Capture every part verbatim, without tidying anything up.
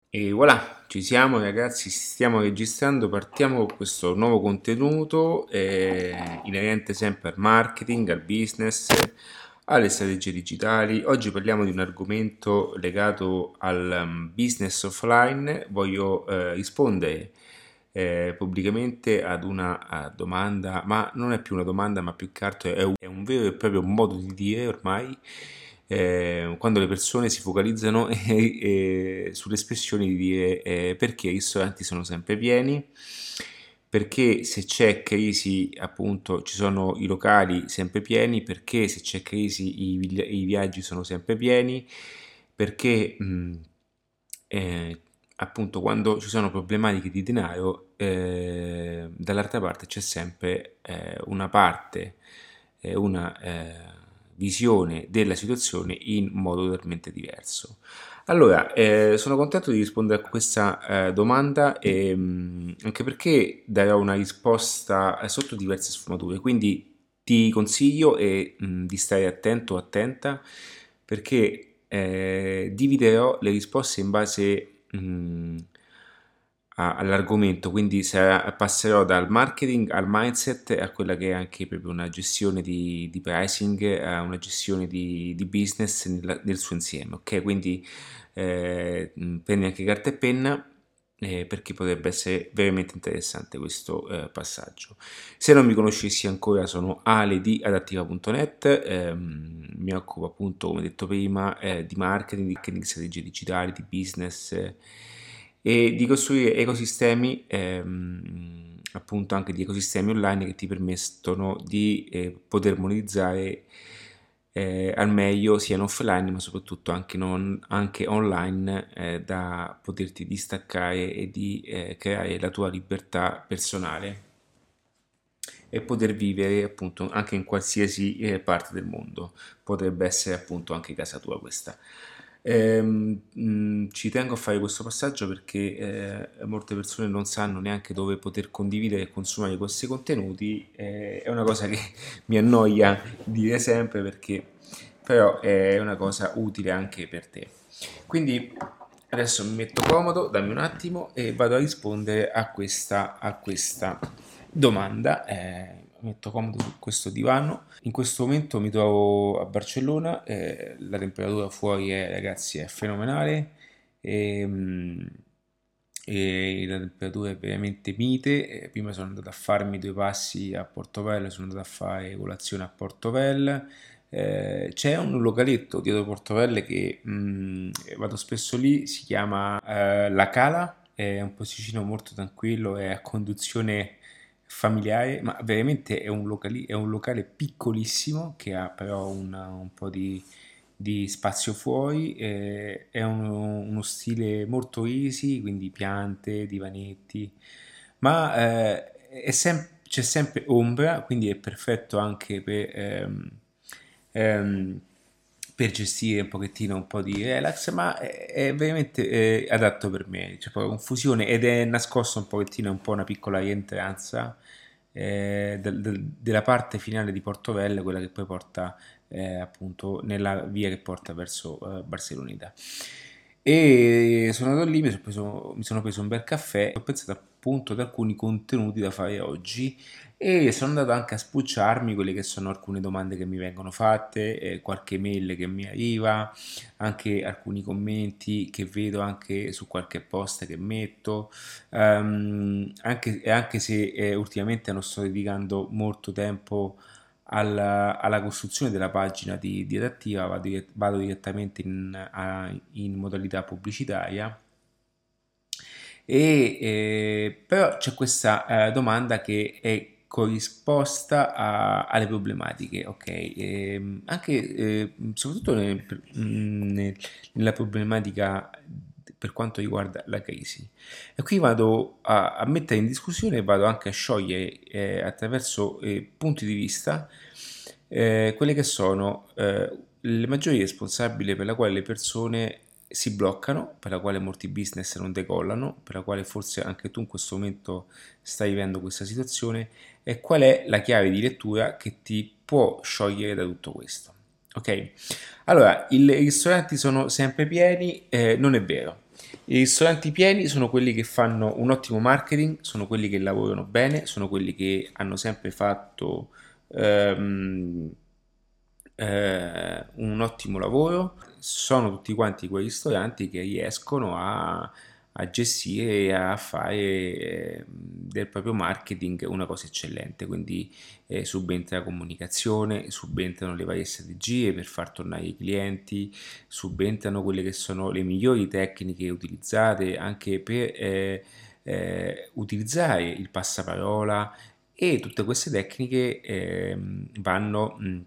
E voilà, ci siamo ragazzi, stiamo registrando, partiamo con questo nuovo contenuto eh, inerente sempre al marketing, al business, alle strategie digitali. Oggi parliamo di un argomento legato al um, business offline. Voglio eh, rispondere eh, pubblicamente ad una a domanda, ma non è più una domanda, ma più che altro è un, è un vero e proprio modo di dire ormai, eh, quando le persone si focalizzano eh, eh, sulle espressioni di dire eh, perché i ristoranti sono sempre pieni, perché se c'è crisi appunto ci sono i locali sempre pieni, perché se c'è crisi i, via- i viaggi sono sempre pieni, perché mh, eh, appunto quando ci sono problematiche di denaro, eh, dall'altra parte c'è sempre eh, una parte, eh, una eh, visione della situazione in modo totalmente diverso. Allora, eh, sono contento di rispondere a questa eh, domanda, e, mh, anche perché darò una risposta eh, sotto diverse sfumature, quindi ti consiglio e, mh, di stare attento o attenta perché eh, dividerò le risposte in base mh, a- all'argomento, quindi sarà- passerò dal marketing al mindset a quella che è anche proprio una gestione di, di pricing, a una gestione di, di business nel, nel suo insieme, ok? Quindi eh, mh, prendi anche carta e penna eh, perché potrebbe essere veramente interessante questo eh, passaggio. Se non mi conoscessi ancora, sono Ale di adattiva punto net, ehm, mi occupo appunto, come detto prima, eh, di marketing, di marketing, strategie digitali, di business eh, e di costruire ecosistemi, ehm, appunto anche di ecosistemi online che ti permettono di eh, poter monetizzare eh, al meglio sia in offline ma soprattutto anche, non, anche online, eh, da poterti distaccare e di eh, creare la tua libertà personale e poter vivere appunto anche in qualsiasi eh, parte del mondo. Potrebbe essere appunto anche casa tua questa. Ehm, mh, ci tengo a fare questo passaggio perché eh, molte persone non sanno neanche dove poter condividere e consumare questi contenuti. Eh, è una cosa che mi annoia dire sempre perché però è una cosa utile anche per te. Quindi adesso mi metto comodo, dammi un attimo e vado a rispondere a questa, a questa domanda. Eh, mi metto comodo su questo divano. In questo momento mi trovo a Barcellona, eh, la temperatura fuori è, ragazzi, è fenomenale. E, mm, e la temperatura è veramente mite. Eh, prima sono andato a farmi due passi a Portobello, sono andato a fare colazione a Portobello. Eh, c'è un localetto dietro Portobello che mh, vado spesso lì, si chiama eh, La Cala, è un posticino molto tranquillo, è a conduzione familiare, ma veramente è un, locali- è un locale piccolissimo che ha però una- un po' di, di spazio fuori, eh, è uno, uno stile molto easy, quindi piante, divanetti, ma eh, è sem- c'è sempre ombra, quindi è perfetto anche per, ehm, ehm, per gestire un pochettino un po' di relax, ma è, è veramente eh, adatto per me, c'è poca confusione ed è nascosto un pochettino, un po' una piccola rientranza eh, del- del- della parte finale di Portovelle, quella che poi porta eh, appunto nella via che porta verso eh, Barceloneta. E sono andato lì, mi sono preso, mi sono preso un bel caffè, ho pensato appunto ad alcuni contenuti da fare oggi e sono andato anche a spucciarmi quelle che sono alcune domande che mi vengono fatte, eh, qualche mail che mi arriva, anche alcuni commenti che vedo anche su qualche post che metto, ehm, anche, anche se eh, ultimamente non sto dedicando molto tempo alla, alla costruzione della pagina di, di Adattiva, vado, dirett- vado direttamente in, a- in modalità pubblicitaria e, eh, però c'è questa eh, domanda che è corrisposta a- alle problematiche, ok? Ehm, anche eh, soprattutto nel- nel- nella problematica per quanto riguarda la crisi. E qui vado a, a mettere in discussione e vado anche a sciogliere eh, attraverso eh, punti di vista eh, quelle che sono eh, le maggiori responsabili per la quale le persone si bloccano, per la quale molti business non decollano, per la quale forse anche tu in questo momento stai vivendo questa situazione e qual è la chiave di lettura che ti può sciogliere da tutto questo. Ok? Allora, i ristoranti sono sempre pieni, eh, non è vero. I ristoranti pieni sono quelli che fanno un ottimo marketing, sono quelli che lavorano bene, sono quelli che hanno sempre fatto ehm, eh, un ottimo lavoro. Sono tutti quanti quei ristoranti che riescono a, a gestire e a fare eh, del proprio marketing una cosa eccellente. Quindi eh, subentra la comunicazione, subentrano le varie strategie per far tornare i clienti, subentrano quelle che sono le migliori tecniche utilizzate anche per eh, eh, utilizzare il passaparola, e tutte queste tecniche ehm, vanno mh,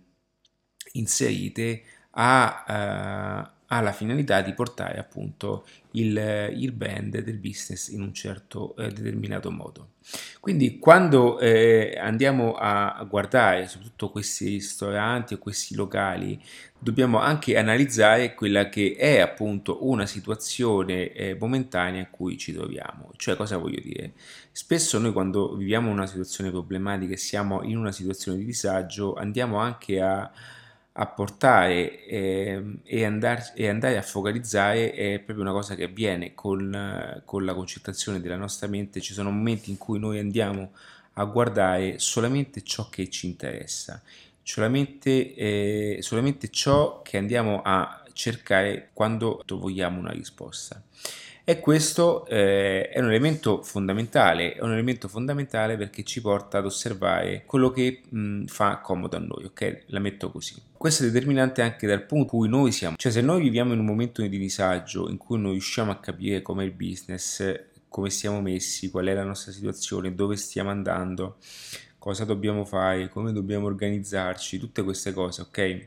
inserite a, eh, ha la finalità di portare appunto il, il brand del business in un certo eh, determinato modo. Quindi quando eh, andiamo a guardare soprattutto questi ristoranti o questi locali, dobbiamo anche analizzare quella che è appunto una situazione eh, momentanea in cui ci troviamo. Cioè, cosa voglio dire? Spesso noi quando viviamo una situazione problematica e siamo in una situazione di disagio, andiamo anche a a portare eh, e, andar- e andare a focalizzare è proprio una cosa che avviene con, eh, con la concentrazione della nostra mente. Ci sono momenti in cui noi andiamo a guardare solamente ciò che ci interessa, solamente, eh, solamente ciò che andiamo a cercare quando vogliamo una risposta. E questo eh, è un elemento fondamentale, è un elemento fondamentale perché ci porta ad osservare quello che mh, fa comodo a noi, ok? La metto così. Questo è determinante anche dal punto in cui noi siamo, cioè se noi viviamo in un momento di disagio in cui non riusciamo a capire com'è il business, come siamo messi, qual è la nostra situazione, dove stiamo andando, cosa dobbiamo fare, come dobbiamo organizzarci, tutte queste cose, ok?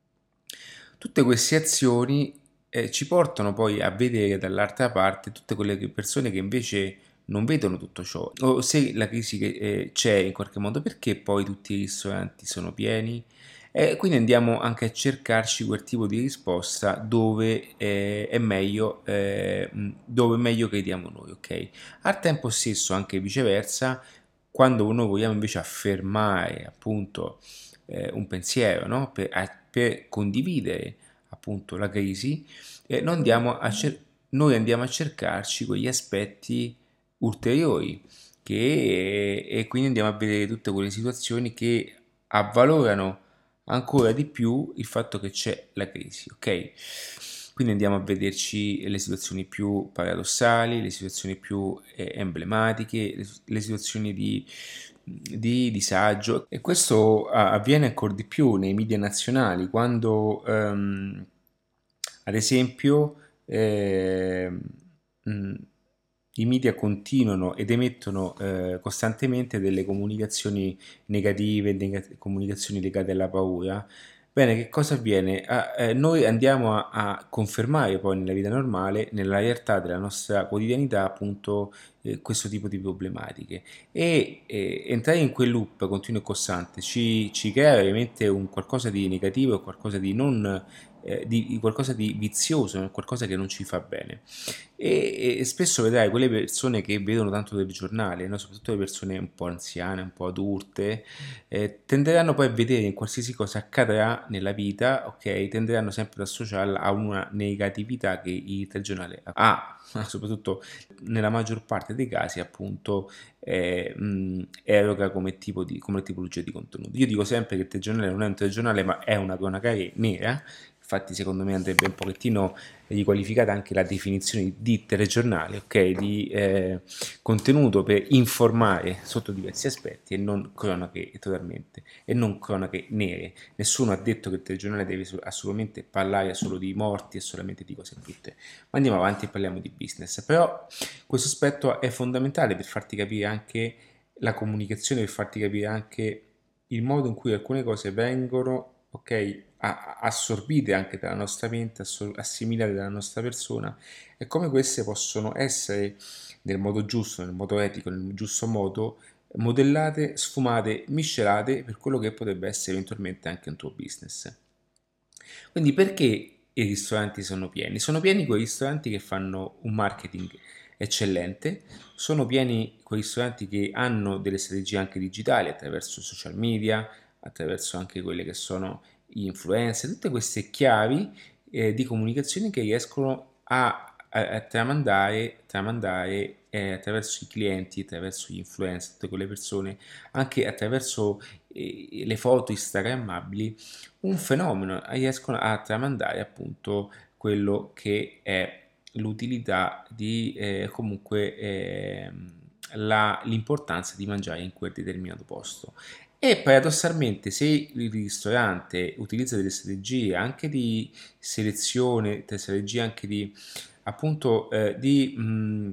Tutte queste azioni eh, ci portano poi a vedere dall'altra parte tutte quelle che- persone che invece non vedono tutto ciò, o se la crisi che, eh, c'è in qualche modo, perché poi tutti i ristoranti sono pieni, e quindi andiamo anche a cercarci quel tipo di risposta dove eh, è meglio, eh, mh, dove è meglio crediamo noi, ok? Al tempo stesso, anche viceversa, quando noi vogliamo invece affermare appunto eh, un pensiero, no? per, a- per condividere appunto la crisi, eh, noi, andiamo a cer- noi andiamo a cercarci quegli aspetti ulteriori che, e quindi andiamo a vedere tutte quelle situazioni che avvalorano ancora di più il fatto che c'è la crisi, ok? Quindi andiamo a vederci le situazioni più paradossali, le situazioni più eh, emblematiche, le, le situazioni di, di disagio, e questo ah, avviene ancora di più nei media nazionali quando ehm, ad esempio eh, mh, i media continuano ed emettono eh, costantemente delle comunicazioni negative, nega- comunicazioni legate alla paura. Bene, che cosa avviene? Ah, eh, noi andiamo a, a confermare poi nella vita normale, nella realtà della nostra quotidianità, appunto, eh, questo tipo di problematiche. E eh, entrare in quel loop continuo e costante ci, ci crea veramente un qualcosa di negativo, qualcosa di non, eh, di, di qualcosa di vizioso, qualcosa che non ci fa bene. E, e spesso vedrai quelle persone che vedono tanto del giornale, no? Soprattutto le persone un po' anziane, un po' adulte, eh, tenderanno poi a vedere in qualsiasi cosa accadrà nella vita, ok? Tenderanno sempre ad associarla a una negatività che il telegiornale ha, soprattutto nella maggior parte dei casi, appunto, eh, mh, eroga come, tipo di, come tipologia di contenuto. Io dico sempre che il telegiornale non è un telegiornale, ma è una cronaca nera. Infatti, secondo me andrebbe un pochettino riqualificata anche la definizione di telegiornale, ok? Di eh, contenuto per informare sotto diversi aspetti e non cronache totalmente, e non cronache nere. Nessuno ha detto che il telegiornale deve assolutamente parlare solo di morti e solamente di cose brutte. Ma andiamo avanti e parliamo di business. Però questo aspetto è fondamentale per farti capire anche la comunicazione, per farti capire anche il modo in cui alcune cose vengono, ok, assorbite anche dalla nostra mente, assimilate dalla nostra persona, e come queste possono essere nel modo giusto, nel modo etico, nel giusto modo, modellate, sfumate, miscelate per quello che potrebbe essere eventualmente anche un tuo business. Quindi perché i ristoranti sono pieni? Sono pieni quei ristoranti che fanno un marketing eccellente, sono pieni quei ristoranti che hanno delle strategie anche digitali attraverso social media, attraverso anche quelle che sono gli influencer, tutte queste chiavi eh, di comunicazione che riescono a a, a tramandare, tramandare eh, attraverso i clienti, attraverso gli influencer, tutte quelle persone, anche attraverso eh, le foto instagrammabili, un fenomeno, riescono a tramandare appunto quello che è l'utilità di eh, comunque ehm, la- l'importanza di mangiare in quel determinato posto. E paradossalmente, se il ristorante utilizza delle strategie anche di selezione, delle strategie anche di appunto eh, di, mh,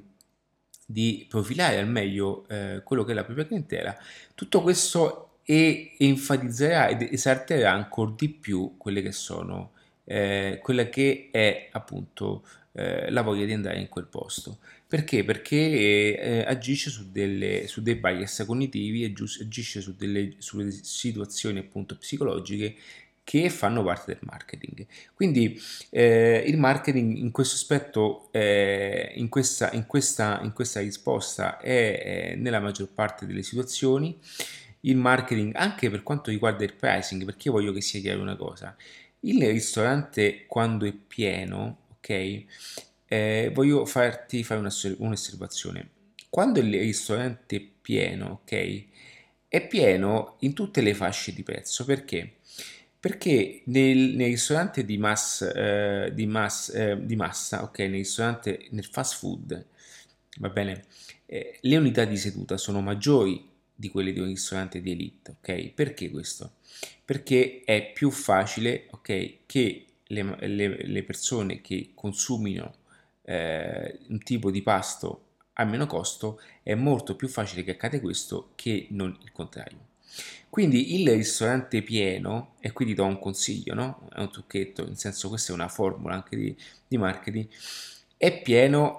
di profilare al meglio eh, quello che è la propria clientela, tutto questo e enfatizzerà ed esalterà ancora di più quelle che sono eh, quella che è appunto eh, la voglia di andare in quel posto. Perché? Perché eh, agisce su, delle, su dei bias cognitivi e gius- agisce su delle, sulle situazioni appunto psicologiche che fanno parte del marketing. Quindi eh, il marketing in questo aspetto, eh, in, questa, in, questa, in questa risposta è eh, nella maggior parte delle situazioni il marketing anche per quanto riguarda il pricing, perché io voglio che sia chiaro una cosa. Il ristorante quando è pieno, ok? Eh, voglio farti fare una- un'osservazione. Quando il ristorante è pieno, ok? È pieno in tutte le fasce di prezzo. Perché? Perché nel, nei ristoranti di, mass, eh, di, mass, eh, di massa, ok? Nel ristorante, nel fast food, va bene? Eh, le unità di seduta sono maggiori di quelle di un ristorante di elite, ok? Perché questo? Perché è più facile, ok, che le, le- le persone che consumino eh, un tipo di pasto a meno costo, è molto più facile che accade questo che non il contrario. Quindi il ristorante pieno, e qui ti do un consiglio, no? È un trucchetto, nel senso questa è una formula anche di, di marketing, è pieno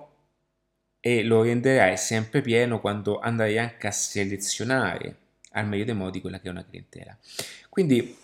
e lo renderai sempre pieno quando andrai anche a selezionare al meglio dei modi quella che è una clientela. Quindi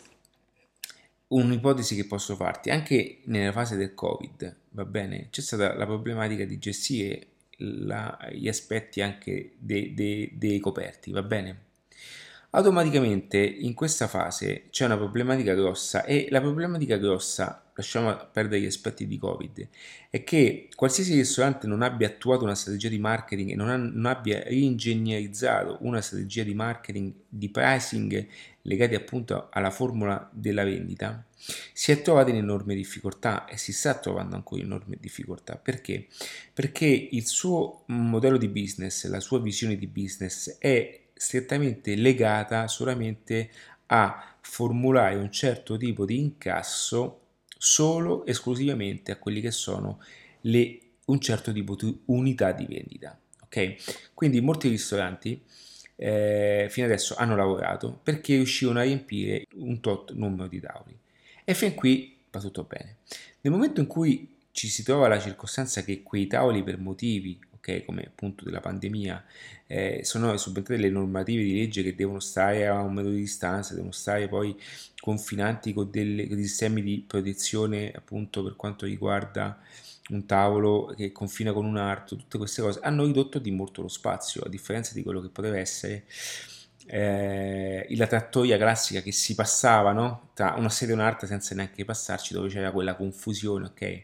un'ipotesi che posso farti, anche nella fase del Covid, va bene, c'è stata la problematica di gestire la- gli aspetti anche dei, dei- dei coperti, va bene? Automaticamente in questa fase c'è una problematica grossa e la problematica grossa, lasciamo perdere gli aspetti di Covid, è che qualsiasi ristorante non abbia attuato una strategia di marketing e non, ha- non abbia reingegnerizzato una strategia di marketing, di pricing legati appunto alla formula della vendita, si è trovato in enorme difficoltà e si sta trovando ancora in enorme difficoltà. Perché? Perché il suo modello di business, la sua visione di business è strettamente legata solamente a formulare un certo tipo di incasso solo esclusivamente a quelli che sono le, un certo tipo di unità di vendita. Ok? Quindi molti ristoranti eh, fino adesso hanno lavorato perché riuscivano a riempire un tot numero di tavoli e fin qui va tutto bene. Nel momento in cui ci si trova la circostanza che quei tavoli per motivi, ok, come appunto della pandemia, eh, sono subentrate le normative di legge che devono stare a un metro di distanza, devono stare poi confinanti con, delle, con dei sistemi di protezione appunto per quanto riguarda un tavolo che confina con un altro, tutte queste cose hanno ridotto di molto lo spazio, a differenza di quello che poteva essere eh, la trattoria classica che si passava, no? Tra una sede e un'altra senza neanche passarci, dove c'era quella confusione, ok?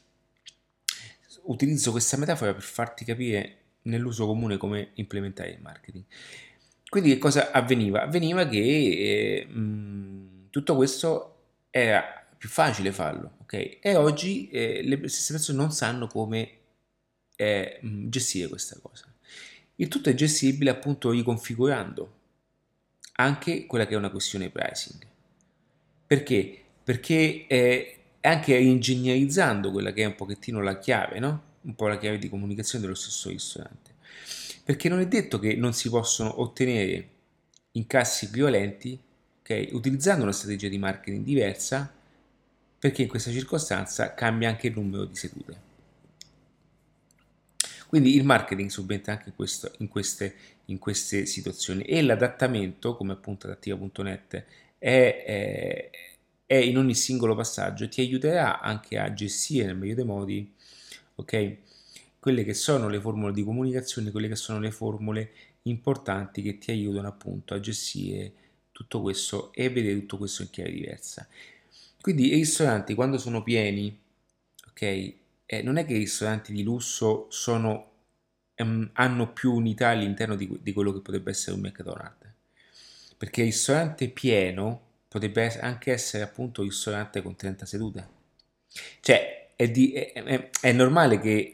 Utilizzo questa metafora per farti capire nell'uso comune come implementare il marketing. Quindi che cosa avveniva? Avveniva che eh, mh, tutto questo era più facile farlo, ok? E oggi eh, le stesse persone non sanno come eh, mh, gestire questa cosa. Il tutto è gestibile appunto riconfigurando anche quella che è una questione pricing. Perché? Perché eh, anche ingegnerizzando quella che è un pochettino la chiave, no? Un po' la chiave di comunicazione dello stesso ristorante. Perché non è detto che non si possono ottenere incassi equivalenti, ok? Utilizzando una strategia di marketing diversa, perché in questa circostanza cambia anche il numero di sedute. Quindi il marketing subentra anche in, questo, in, queste, in queste situazioni e l'adattamento, come appunto adattiva punto net, è, è, è in ogni singolo passaggio e ti aiuterà anche a gestire nel meglio dei modi, ok, quelle che sono le formule di comunicazione, quelle che sono le formule importanti che ti aiutano appunto a gestire tutto questo e vedere tutto questo in chiave diversa. Quindi i ristoranti quando sono pieni, ok, eh, non è che i ristoranti di lusso sono, ehm, hanno più unità all'interno di, di quello che potrebbe essere un McDonald's. Perché il ristorante pieno potrebbe ess- anche essere appunto un ristorante con trenta sedute. Cioè, è, di- è- è- è normale che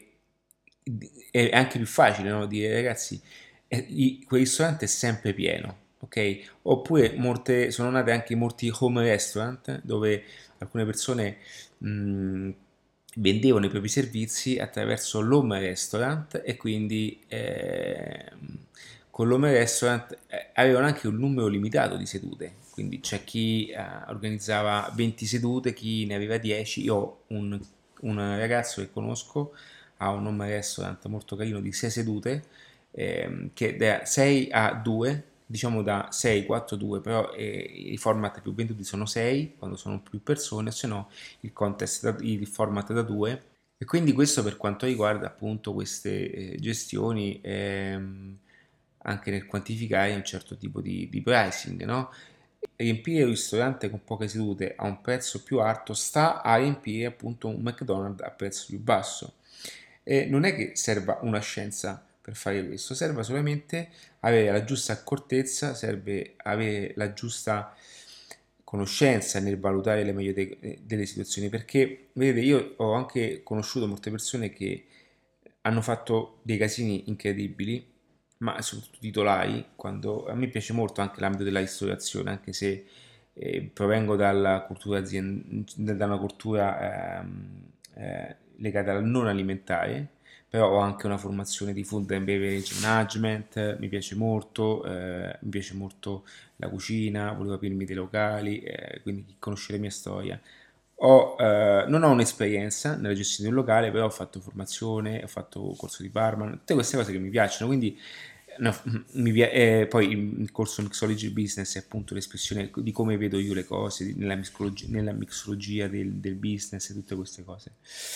è anche più facile, no? Dire ragazzi, eh, i- quel ristorante è sempre pieno, ok? Oppure molte, sono nate anche molti home restaurant dove alcune persone mh, vendevano i propri servizi attraverso l'home restaurant e quindi ehm, con l'home restaurant eh, avevano anche un numero limitato di sedute, quindi c'è chi eh, organizzava venti sedute, chi ne aveva dieci. Io ho un, un ragazzo che conosco, ha un home restaurant molto carino di sei sedute, ehm, che da sei a due, diciamo da sei, quattro, due, però eh, i format più venduti sono sei quando sono più persone, se no il contest, da- il format da due. E quindi questo per quanto riguarda appunto queste eh, gestioni, ehm, anche nel quantificare un certo tipo di, di pricing, no? Riempire il ristorante con poche sedute a un prezzo più alto sta a riempire appunto un McDonald's a prezzo più basso. E non è che serva una scienza per fare questo, serve solamente avere la giusta accortezza, serve avere la giusta conoscenza nel valutare le meglio de- delle situazioni, perché vedete, io ho anche conosciuto molte persone che hanno fatto dei casini incredibili, ma soprattutto titolari, quando a me piace molto anche l'ambito della ristorazione, anche se eh, provengo dalla cultura aziend- da una cultura ehm, eh, legata al non alimentare, però ho anche una formazione di food and beverage management, mi piace molto, eh, mi piace molto la cucina, volevo aprirmi dei locali, eh, quindi chi conosce la mia storia. Ho, eh, non ho un'esperienza nella gestione di un locale, però ho fatto formazione, ho fatto corso di barman, tutte queste cose che mi piacciono, quindi no, mi pia- eh, poi il il corso Mixology Business è appunto l'espressione di come vedo io le cose, di- nella mixologia, nella mixologia del, del business e tutte queste cose.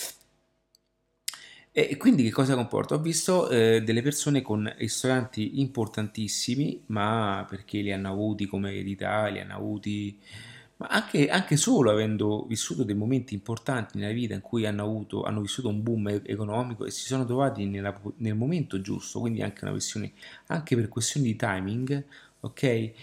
E quindi che cosa comporta? Ho visto eh, delle persone con ristoranti importantissimi, ma perché li hanno avuti come eredità, li hanno avuti, ma anche, anche solo avendo vissuto dei momenti importanti nella vita in cui hanno avuto, hanno vissuto un boom e- economico e si sono trovati nella- nel momento giusto, quindi anche una questione, anche per questioni di timing, ok?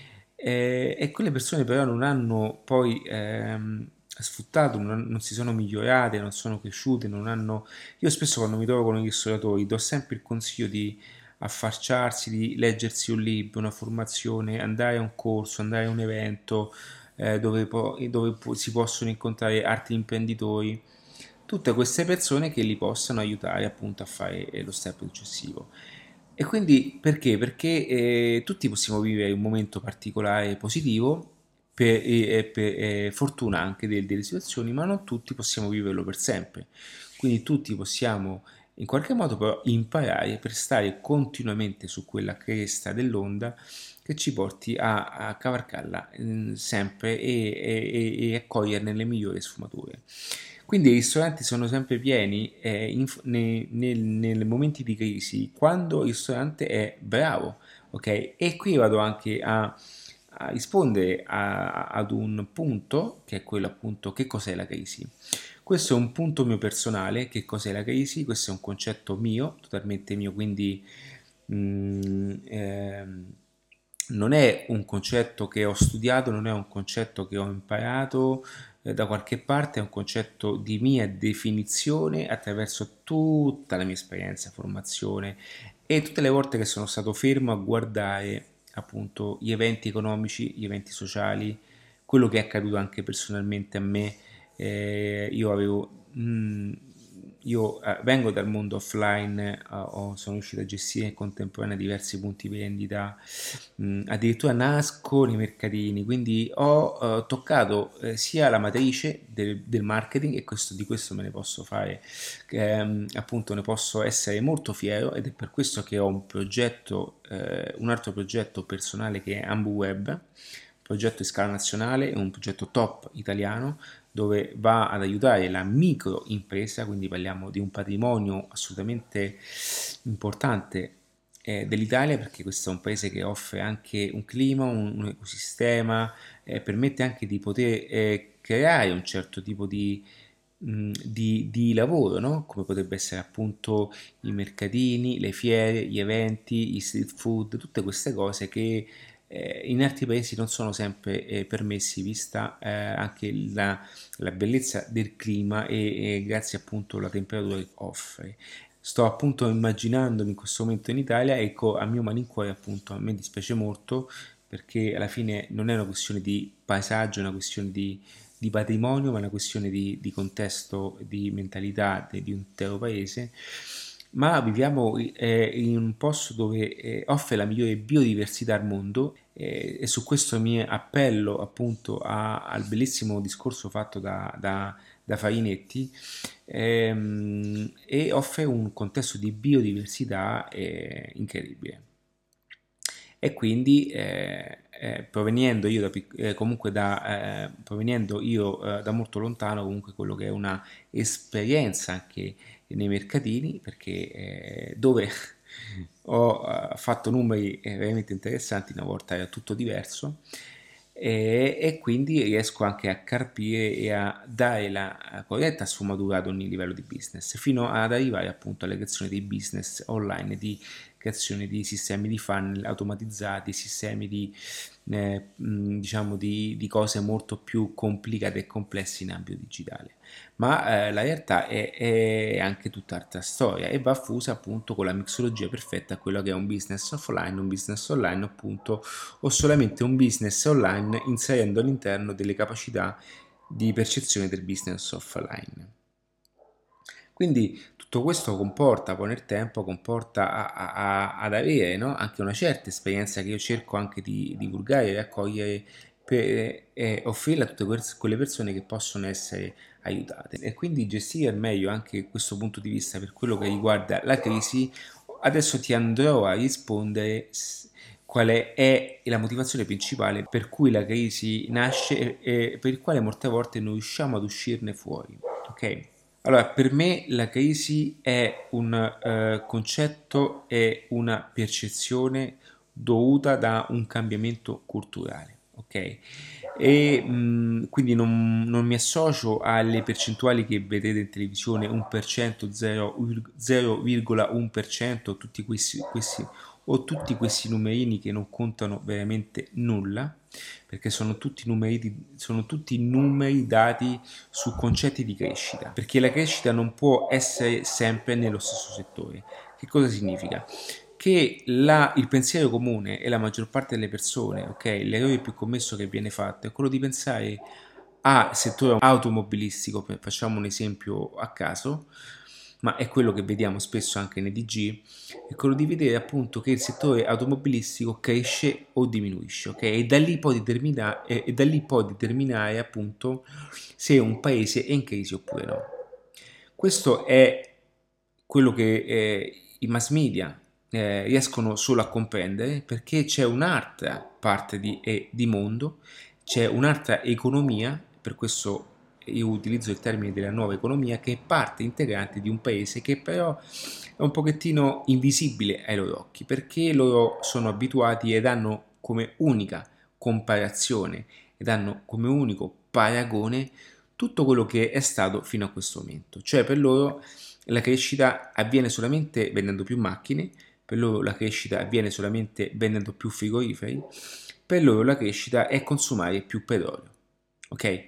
Eh, e quelle persone però non hanno poi ehm, sfruttato, non, non si sono migliorate, non sono cresciute, non hanno. Io spesso quando mi trovo con i ristoratori do sempre il consiglio di affacciarsi, di leggersi un libro, una formazione, andare a un corso, andare a un evento eh, dove, po- dove po- si possono incontrare altri imprenditori, tutte queste persone che li possano aiutare appunto a fare eh, lo step successivo. E quindi perché? Perché eh, tutti possiamo vivere un momento particolare positivo per, e, e per e fortuna anche de- delle situazioni, ma non tutti possiamo viverlo per sempre. Quindi tutti possiamo in qualche modo però imparare per stare continuamente su quella cresta dell'onda che ci porti a, a cavalcarla eh, sempre e, e, e a coglierne le migliori sfumature. Quindi i ristoranti sono sempre pieni eh, in- nei, nel- nei momenti di crisi, quando il ristorante è bravo, ok? E qui vado anche a, a rispondere a- ad un punto, che è quello appunto che cos'è la crisi. Questo è un punto mio personale, che cos'è la crisi, questo è un concetto mio, totalmente mio, quindi mm, ehm, non è un concetto che ho studiato, non è un concetto che ho imparato eh, da qualche parte, è un concetto di mia definizione attraverso tutta la mia esperienza, formazione e tutte le volte che sono stato fermo a guardare appunto gli eventi economici, gli eventi sociali, quello che è accaduto anche personalmente a me. Eh, io avevo mh, io eh, vengo dal mondo offline, eh, ho- sono riuscito a gestire in contemporanea diversi punti vendita, mh, addirittura nasco nei mercatini, quindi ho eh, toccato eh, sia la matrice del, del marketing, e questo, di questo me ne posso fare, ehm, appunto ne posso essere molto fiero, ed è per questo che ho un progetto, eh, un altro progetto personale che è AmbuWeb, progetto di scala nazionale, è un progetto top italiano dove va ad aiutare la microimpresa, quindi parliamo di un patrimonio assolutamente importante eh, dell'Italia, perché questo è un paese che offre anche un clima, un, un ecosistema, eh, permette anche di poter eh, creare un certo tipo di mh, di, di lavoro, no? Come potrebbe essere appunto i mercatini, le fiere, gli eventi, i street food, tutte queste cose che eh, in altri paesi non sono sempre eh, permessi, vista eh, anche la, la bellezza del clima e, e grazie appunto alla temperatura che offre. Sto appunto immaginandomi in questo momento in Italia, ecco, a mio malincuore appunto a me dispiace molto perché alla fine non è una questione di paesaggio, è una questione di, di patrimonio, ma è una questione di, di contesto, di mentalità di, di un intero paese. Ma viviamo eh, in un posto dove eh, offre la migliore biodiversità al mondo eh, e su questo mi appello appunto a- al bellissimo discorso fatto da, da, da Farinetti ehm, e offre un contesto di biodiversità eh, incredibile. E quindi eh, eh, provenendo io da, pic- eh, comunque da, eh, provenendo io eh, da molto lontano, comunque quello che è una esperienza anche nei mercatini, perché eh, dove ho eh, fatto numeri eh, veramente interessanti, una volta era tutto diverso, e, e quindi riesco anche a carpire e a dare la corretta sfumatura ad ogni livello di business, fino ad arrivare appunto alle creazioni di business online, di creazione di sistemi di funnel automatizzati, sistemi di, eh, diciamo di, di cose molto più complicate e complesse in ambito digitale. Ma eh, la realtà è, è anche tutt'altra storia e va fusa appunto con la mixologia perfetta a quello che è un business offline, un business online appunto, o solamente un business online inserendo all'interno delle capacità di percezione del business offline. Quindi tutto questo comporta poi nel tempo, comporta a, a, a, ad avere, no? Anche una certa esperienza che io cerco anche di divulgare e raccogliere per eh, offrirla a tutte quelle persone che possono essere aiutate. E quindi gestire al meglio anche questo punto di vista per quello che riguarda la crisi. Adesso ti andrò a rispondere qual è, è la motivazione principale per cui la crisi nasce e, e per il quale molte volte non riusciamo ad uscirne fuori. Ok? Allora, per me la crisi è un eh, concetto e una percezione dovuta da un cambiamento culturale, ok? E mh, quindi non, non mi associo alle percentuali che vedete in televisione, uno per cento, zero virgola uno per cento, tutti questi, questi, o tutti questi numerini che non contano veramente nulla, perché sono tutti numeri, sono tutti numeri dati su concetti di crescita, perché la crescita non può essere sempre nello stesso settore. Che cosa significa? Che la, il pensiero comune e la maggior parte delle persone, ok, l'errore più commesso che viene fatto è quello di pensare al settore automobilistico, facciamo un esempio a caso, ma è quello che vediamo spesso anche nei D G, è quello di vedere appunto che il settore automobilistico cresce o diminuisce, ok? E da lì può determinare, e da lì può determinare appunto se un paese è in crisi oppure no. Questo è quello che eh, i mass media eh, riescono solo a comprendere perché c'è un'altra parte di, eh, di mondo, c'è un'altra economia, per questo io utilizzo il termine della nuova economia, che è parte integrante di un paese che però è un pochettino invisibile ai loro occhi, perché loro sono abituati ed hanno come unica comparazione ed hanno come unico paragone tutto quello che è stato fino a questo momento. Cioè per loro la crescita avviene solamente vendendo più macchine, per loro la crescita avviene solamente vendendo più frigoriferi, per loro la crescita è consumare più petrolio. Ok?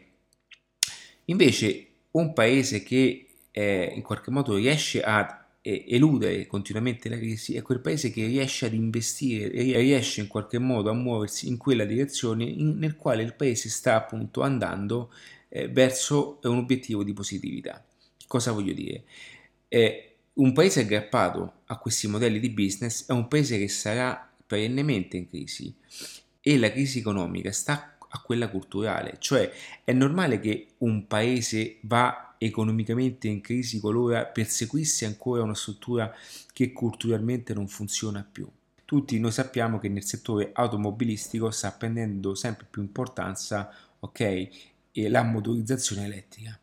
Invece un paese che eh, in qualche modo riesce a eh, eludere continuamente la crisi è quel paese che riesce ad investire e riesce in qualche modo a muoversi in quella direzione in, nel quale il paese sta appunto andando eh, verso un obiettivo di positività. Cosa voglio dire? Eh, un paese aggrappato a questi modelli di business è un paese che sarà perennemente in crisi e la crisi economica sta a quella culturale, cioè è normale che un paese va economicamente in crisi qualora perseguisse ancora una struttura che culturalmente non funziona più. Tutti noi sappiamo che nel settore automobilistico sta prendendo sempre più importanza, ok, e la motorizzazione elettrica.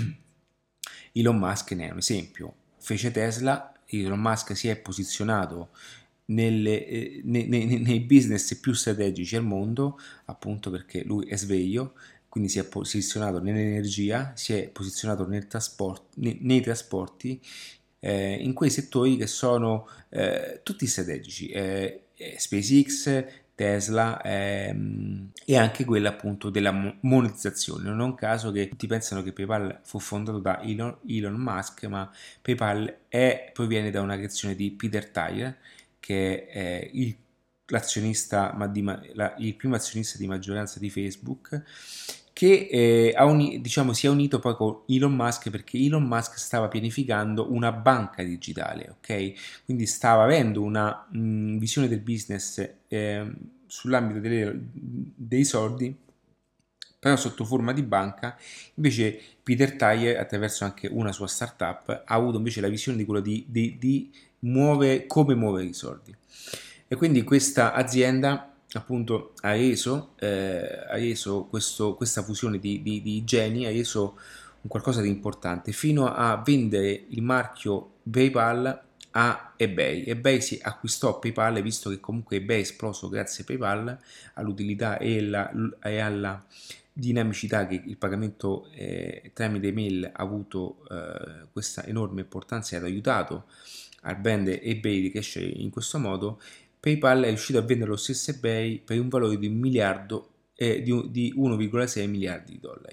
Elon Musk ne è un esempio. Fece Tesla, Elon Musk si è posizionato nelle, eh, nei, nei, nei business più strategici al mondo, appunto perché lui è sveglio, quindi si è posizionato nell'energia, si è posizionato nel trasport- nei, nei trasporti, eh, in quei settori che sono eh, tutti strategici, eh, eh, SpaceX, Tesla ehm, e anche quella appunto della mo- monetizzazione. Non è un caso che tutti pensano che PayPal fu fondato da Elon, Elon Musk, ma PayPal è, proviene da una creazione di Peter Thiel, che è il, l'azionista, ma di, la, il primo azionista di maggioranza di Facebook, che eh, ha uni, diciamo, si è unito poi con Elon Musk perché Elon Musk stava pianificando una banca digitale, ok? Quindi stava avendo una mh, visione del business eh, sull'ambito delle, dei soldi, però sotto forma di banca. Invece Peter Thiel, attraverso anche una sua startup, ha avuto invece la visione di quello di, di, di muovere, come muovere i soldi. E quindi questa azienda appunto ha reso, eh, ha reso questo, questa fusione di, di, di geni, ha reso un qualcosa di importante, fino a vendere il marchio PayPal a eBay. eBay si acquistò PayPal, visto che comunque eBay è esploso grazie a PayPal, all'utilità e, la, e alla dinamicità che il pagamento eh, tramite email ha avuto eh, questa enorme importanza e ha aiutato al brand eBay di crescere in questo modo. PayPal è riuscito a vendere lo stesso eBay per un valore di un miliardo eh, di, di uno virgola sei miliardi di dollari.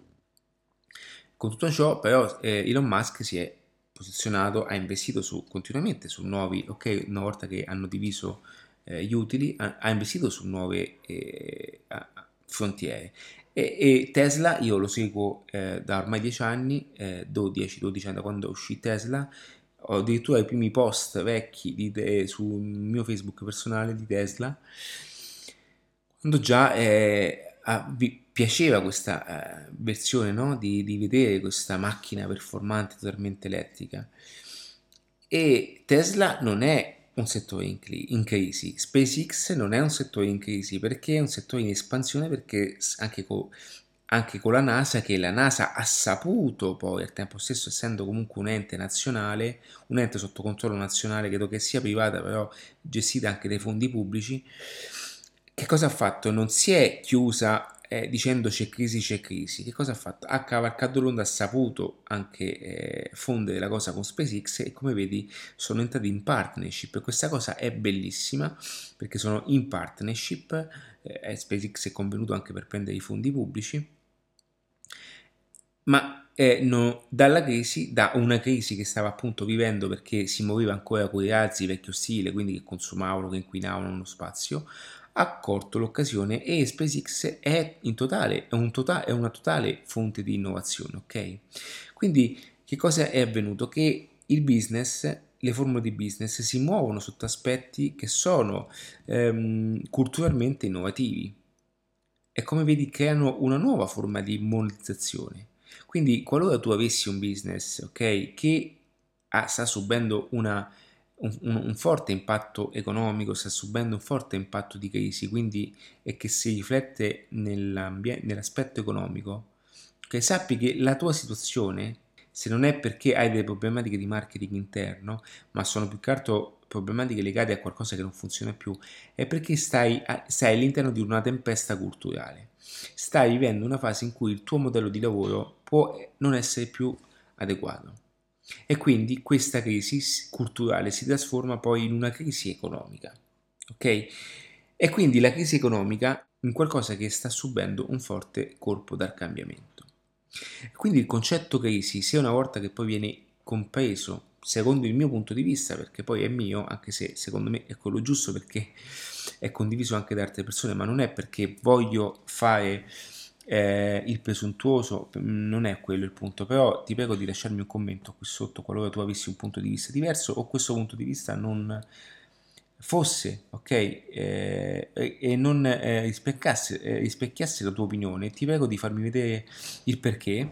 Con tutto ciò, però, eh, Elon Musk si è posizionato, ha investito su, continuamente su nuovi, ok, una volta che hanno diviso eh, gli utili, ha, ha investito su nuove eh, frontiere. E, e Tesla, io lo seguo eh, da ormai dieci anni, eh, dieci dodici anni da quando uscì Tesla, ho addirittura i primi post vecchi di, eh, sul mio Facebook personale di Tesla, quando già eh, a- vi piaceva questa eh, versione, no? di, di vedere questa macchina performante totalmente elettrica. E Tesla non è un settore in, cli- in crisi, SpaceX non è un settore in crisi perché è un settore in espansione, perché s- anche, co- anche con la NASA, che la NASA ha saputo poi al tempo stesso, essendo comunque un ente nazionale, un ente sotto controllo nazionale, credo che sia privata, però gestita anche dai fondi pubblici, che cosa ha fatto? Non si è chiusa eh, dicendo c'è crisi, c'è crisi. Che cosa ha fatto? Ha cavalcato l'onda, ha saputo anche eh, fondere la cosa con SpaceX e come vedi sono entrati in partnership. E questa cosa è bellissima perché sono in partnership, eh, SpaceX è convenuto anche per prendere i fondi pubblici, ma eh, no, dalla crisi, da una crisi che stava appunto vivendo perché si muoveva ancora con i razzi vecchio stile, quindi che consumavano, che inquinavano lo spazio, ha colto l'occasione e SpaceX è in totale, è, un tota- è una totale fonte di innovazione, ok? Quindi che cosa è avvenuto? Che il business, le formule di business si muovono sotto aspetti che sono ehm, culturalmente innovativi e come vedi creano una nuova forma di monetizzazione. Quindi qualora tu avessi un business, ok, che ha- sta subendo una, un, un- un forte impatto economico, sta subendo un forte impatto di crisi, quindi e che si riflette nell'aspetto economico, che sappi che la tua situazione, se non è perché hai delle problematiche di marketing interno, ma sono più che altro problematiche legate a qualcosa che non funziona più, è perché stai, stai all'interno di una tempesta culturale. Stai vivendo una fase in cui il tuo modello di lavoro può non essere più adeguato. E quindi questa crisi culturale si trasforma poi in una crisi economica. Ok? E quindi la crisi economica in qualcosa che sta subendo un forte colpo dal cambiamento. Quindi il concetto crisi, se una volta che poi viene compreso, secondo il mio punto di vista, perché poi è mio, anche se secondo me è quello giusto perché è condiviso anche da altre persone, ma non è perché voglio fare eh, il presuntuoso, non è quello il punto, però ti prego di lasciarmi un commento qui sotto qualora tu avessi un punto di vista diverso o questo punto di vista non fosse, ok, eh, e, e non eh, rispecchiasse, eh, rispecchiasse la tua opinione, ti prego di farmi vedere il perché.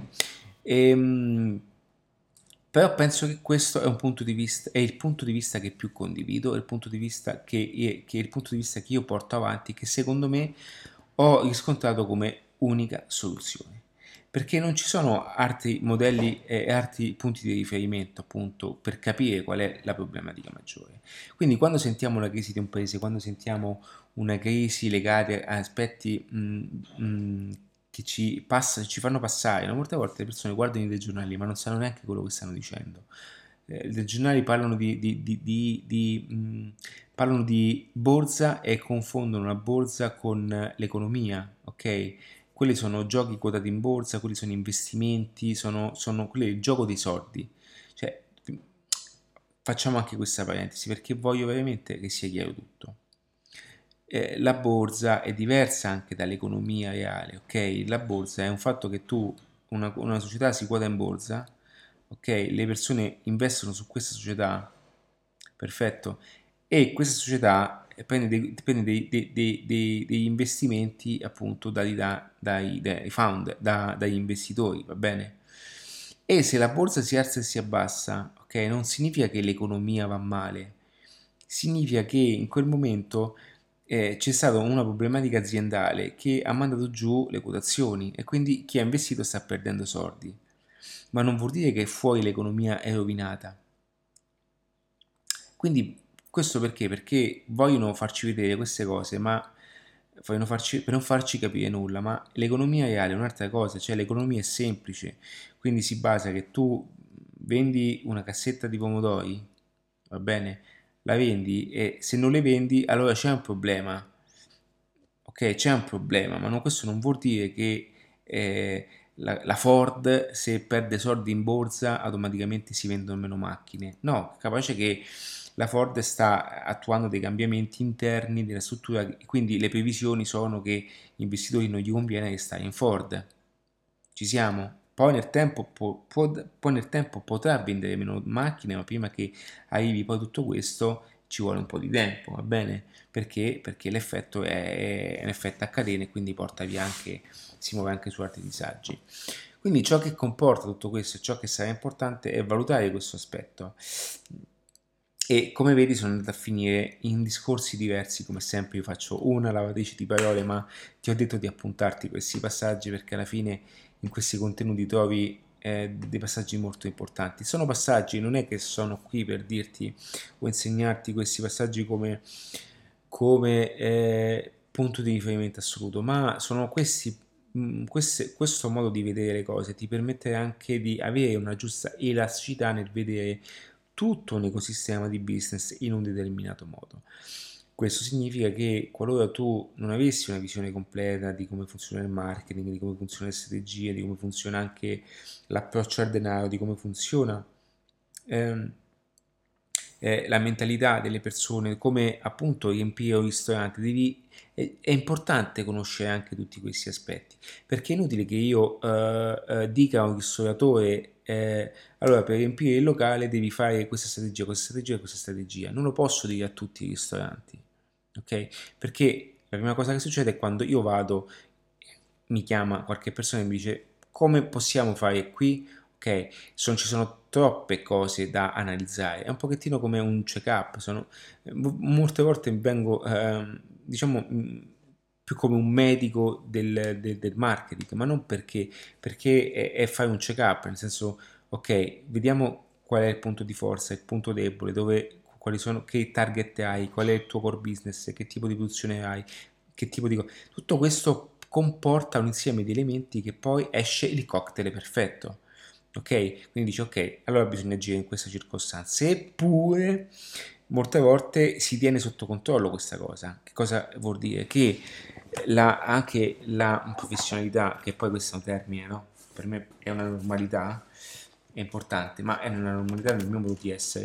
Ehm, Però penso che questo è un punto di vista, è il punto di vista che più condivido, è il punto di vista che, che è il punto di vista che io porto avanti, che secondo me ho riscontrato come unica soluzione. Perché non ci sono altri modelli e altri punti di riferimento, appunto, per capire qual è la problematica maggiore. Quindi quando sentiamo una crisi di un paese, quando sentiamo una crisi legata a aspetti mh, mh, che ci, passa, ci fanno passare, no? Molte volte le persone guardano i telegiornali ma non sanno neanche quello che stanno dicendo. Eh, I telegiornali parlano di, di, di, di, di, mh, parlano di borsa e confondono la borsa con l'economia, ok? Quelli sono giochi quotati in borsa, quelli sono investimenti, sono, sono quelli il gioco dei soldi. Cioè, facciamo anche questa parentesi perché voglio veramente che sia chiaro tutto. Eh, la borsa è diversa anche dall'economia reale, ok? La borsa è un fatto che tu, una, una società si quota in borsa, ok? Le persone investono su questa società, perfetto, e questa società prende, dei, prende dei, dei, dei, dei, degli investimenti appunto dati da, dai, dai founder, da, dagli investitori, va bene? E se la borsa si alza e si abbassa, ok, non significa che l'economia va male, significa che in quel momento eh, c'è stata una problematica aziendale che ha mandato giù le quotazioni e quindi chi ha investito sta perdendo soldi. Ma non vuol dire che fuori l'economia è rovinata. Quindi questo perché? Perché vogliono farci vedere queste cose, ma vogliono farci, per non farci capire nulla, ma l'economia reale è un'altra cosa, cioè l'economia è semplice, quindi si basa che tu vendi una cassetta di pomodori, va bene? La vendi e se non le vendi allora c'è un problema, ok? C'è un problema, ma non- questo non vuol dire che eh, la, la Ford se perde soldi in borsa automaticamente si vendono meno macchine. No, capace che la Ford sta attuando dei cambiamenti interni della struttura e quindi le previsioni sono che gli investitori non gli conviene che stare in Ford. Ci siamo? Poi nel tempo, può, può- poi nel tempo potrà vendere meno macchine, ma prima che arrivi poi tutto questo ci vuole un po' di tempo, va bene? Perché? Perché l'effetto è, è un effetto a catena e quindi porta via anche, si muove anche su altri disagi. Quindi ciò che comporta tutto questo e ciò che sarà importante è valutare questo aspetto. E come vedi sono andato a finire in discorsi diversi, come sempre io faccio una lavatrice di parole, ma ti ho detto di appuntarti questi passaggi perché alla fine in questi contenuti trovi eh, dei passaggi molto importanti. Sono passaggi, non è che sono qui per dirti o insegnarti questi passaggi come, come eh, punto di riferimento assoluto, ma sono questi, mh, queste- questo modo di vedere le cose ti permette anche di avere una giusta elasticità nel vedere tutto un ecosistema di business in un determinato modo. Questo significa che qualora tu non avessi una visione completa di come funziona il marketing, di come funziona le strategie, di come funziona anche l'approccio al denaro, di come funziona ehm, eh, la mentalità delle persone, come appunto riempire un ristorante, devi, è, è importante conoscere anche tutti questi aspetti, perché è inutile che io eh, eh, dica a un ristoratore eh, allora per riempire il locale devi fare questa strategia, questa strategia e questa strategia, non lo posso dire a tutti i ristoranti, ok? Perché la prima cosa che succede è quando io vado, mi chiama qualche persona e mi dice come possiamo fare qui, ok? Sono- ci sono troppe cose da analizzare, è un pochettino come un check-up, sono, eh, mo- molte volte vengo, ehm, diciamo, mh, più come un medico del, del- del marketing, ma non perché, perché è, è fare un check-up, nel senso, ok, vediamo qual è il punto di forza, il punto debole, dove, quali sono, che target hai, qual è il tuo core business, che tipo di produzione hai, che tipo di... co- Tutto questo comporta un insieme di elementi che poi esce il cocktail perfetto. Ok? Quindi dici ok, allora bisogna agire in questa circostanza. Eppure molte volte si tiene sotto controllo questa cosa. Che cosa vuol dire? Che la- anche la professionalità, che poi questo è un termine, no? Per me è una normalità, è importante, ma è una normalità nel mio modo di essere.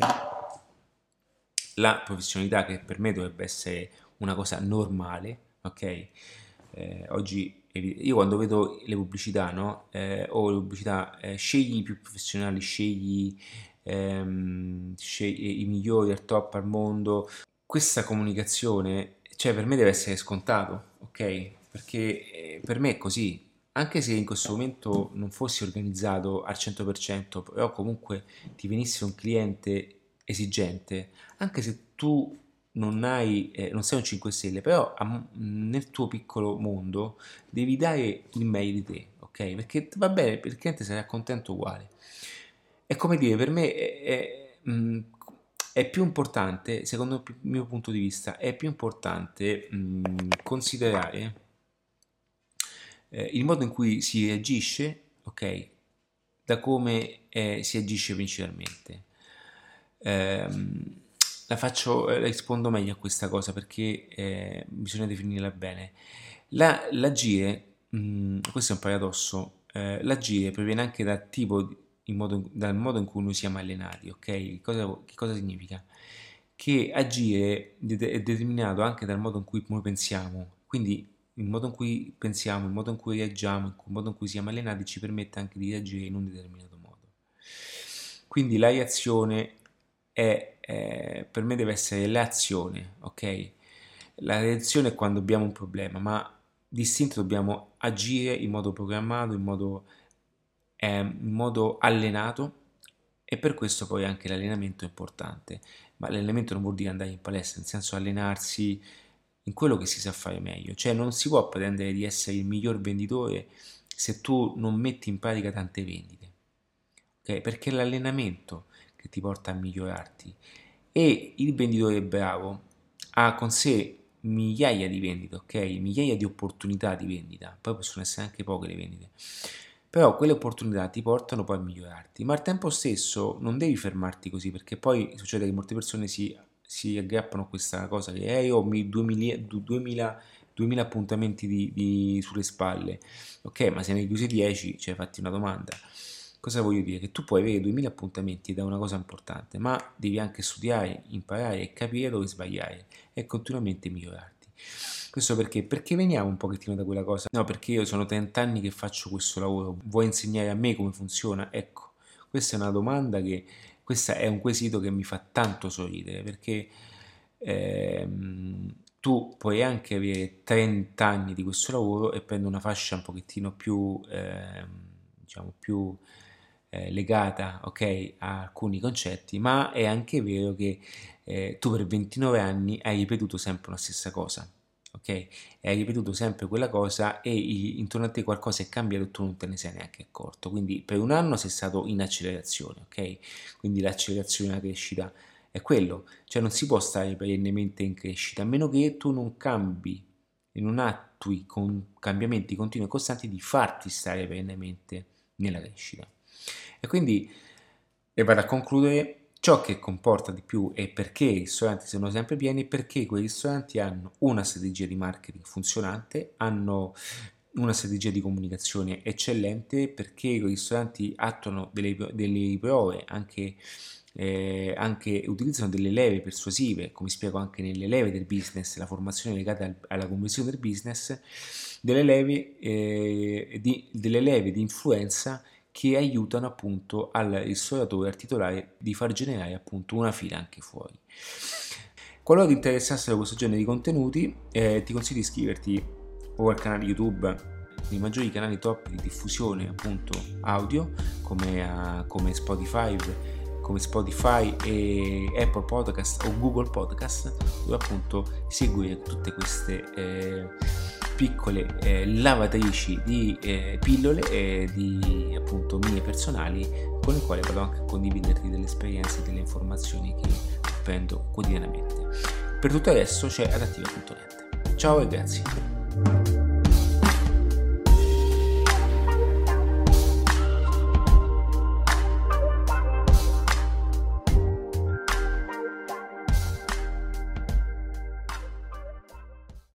La professionalità che per me dovrebbe essere una cosa normale, ok? Eh, oggi io quando vedo le pubblicità, no? Eh, o le pubblicità, eh, scegli i più professionali, scegli, ehm, scegli i migliori al top al mondo. Questa comunicazione, cioè per me deve essere scontato, ok? Perché eh, per me è così. Anche se in questo momento non fossi organizzato al cento per cento, però comunque ti venisse un cliente esigente, anche se tu non hai, eh, non sei un cinque Stelle, però a- nel tuo piccolo mondo devi dare il meglio di te, ok? Perché va bene, il cliente sarà contento uguale. È come dire, per me è, è, mh, è più importante, secondo il mio punto di vista, è più importante mh, considerare eh, il modo in cui si reagisce, ok, da come eh, si agisce principalmente. Ehm, la faccio, eh, rispondo meglio a questa cosa perché eh, bisogna definirla bene. La, l'agire, mh, questo è un paradosso, eh, l'agire proviene anche dal tipo, in modo, dal modo in cui noi siamo allenati, ok? Cosa, che cosa significa? Che agire è determinato anche dal modo in cui noi pensiamo, quindi il modo in cui pensiamo, il modo in cui reagiamo, il modo in cui siamo allenati ci permette anche di reagire in un determinato modo. Quindi la reazione è, è, per me deve essere l'azione, ok? La reazione è quando abbiamo un problema, ma distinto dobbiamo agire in modo programmato, in modo, eh, in modo allenato, e per questo poi anche l'allenamento è importante. Ma l'allenamento non vuol dire andare in palestra, nel senso allenarsi in quello che si sa fare meglio, cioè non si può pretendere di essere il miglior venditore se tu non metti in pratica tante vendite, ok? Perché è l'allenamento che ti porta a migliorarti, e il venditore bravo ha con sé migliaia di vendite, ok? Migliaia di opportunità di vendita, poi possono essere anche poche le vendite, però quelle opportunità ti portano poi a migliorarti, ma al tempo stesso non devi fermarti così, perché poi succede che molte persone si, si aggrappano a questa cosa che eh, io ho duemila, duemila appuntamenti di, di, sulle spalle, ok, ma se ne hai chiusi dieci, cioè fatti una domanda. Cosa voglio dire? Che tu puoi avere duemila appuntamenti da una cosa importante, ma devi anche studiare, imparare e capire dove sbagliare e continuamente migliorarti. Questo perché? Perché veniamo un pochettino da quella cosa. No, perché io sono trenta anni che faccio questo lavoro, vuoi insegnare a me come funziona? Ecco, questa è una domanda che, questo è un quesito che mi fa tanto sorridere, perché ehm, tu puoi anche avere trenta anni di questo lavoro e prendere una fascia un pochettino più, ehm, diciamo, più eh, legata, ok, a alcuni concetti, ma è anche vero che eh, tu per ventinove anni hai ripetuto sempre la stessa cosa, ok? E hai ripetuto sempre quella cosa e intorno a te qualcosa è cambiato e tu non te ne sei neanche accorto. Quindi per un anno sei stato in accelerazione, ok? Quindi l'accelerazione e la crescita è quello, cioè non si può stare perennemente in crescita a meno che tu non cambi e non attui con cambiamenti continui e costanti di farti stare perennemente nella crescita. E quindi, e vado a concludere, ciò che comporta di più è perché i ristoranti sono sempre pieni, perché quei ristoranti hanno una strategia di marketing funzionante, hanno una strategia di comunicazione eccellente, perché i ristoranti attuano delle, delle prove, anche, eh, anche utilizzano delle leve persuasive, come spiego anche nelle leve del business, la formazione legata al, alla conversione del business, delle leve, eh, di, delle leve di influenza che aiutano appunto al ristoratore, al titolare, di far generare appunto una fila anche fuori. Qualora ti interessassero questo genere di contenuti, eh, ti consiglio di iscriverti o al canale YouTube dei maggiori canali top di diffusione appunto audio come, uh, come Spotify, come Spotify e Apple Podcast o Google Podcast, dove appunto seguire tutte queste eh, piccole eh, lavatrici di eh, pillole e di appunto mie personali, con le quali vado anche a condividerti delle esperienze e delle informazioni che prendo quotidianamente. Per tutto adesso c'è adattiva punto net. Ciao e grazie.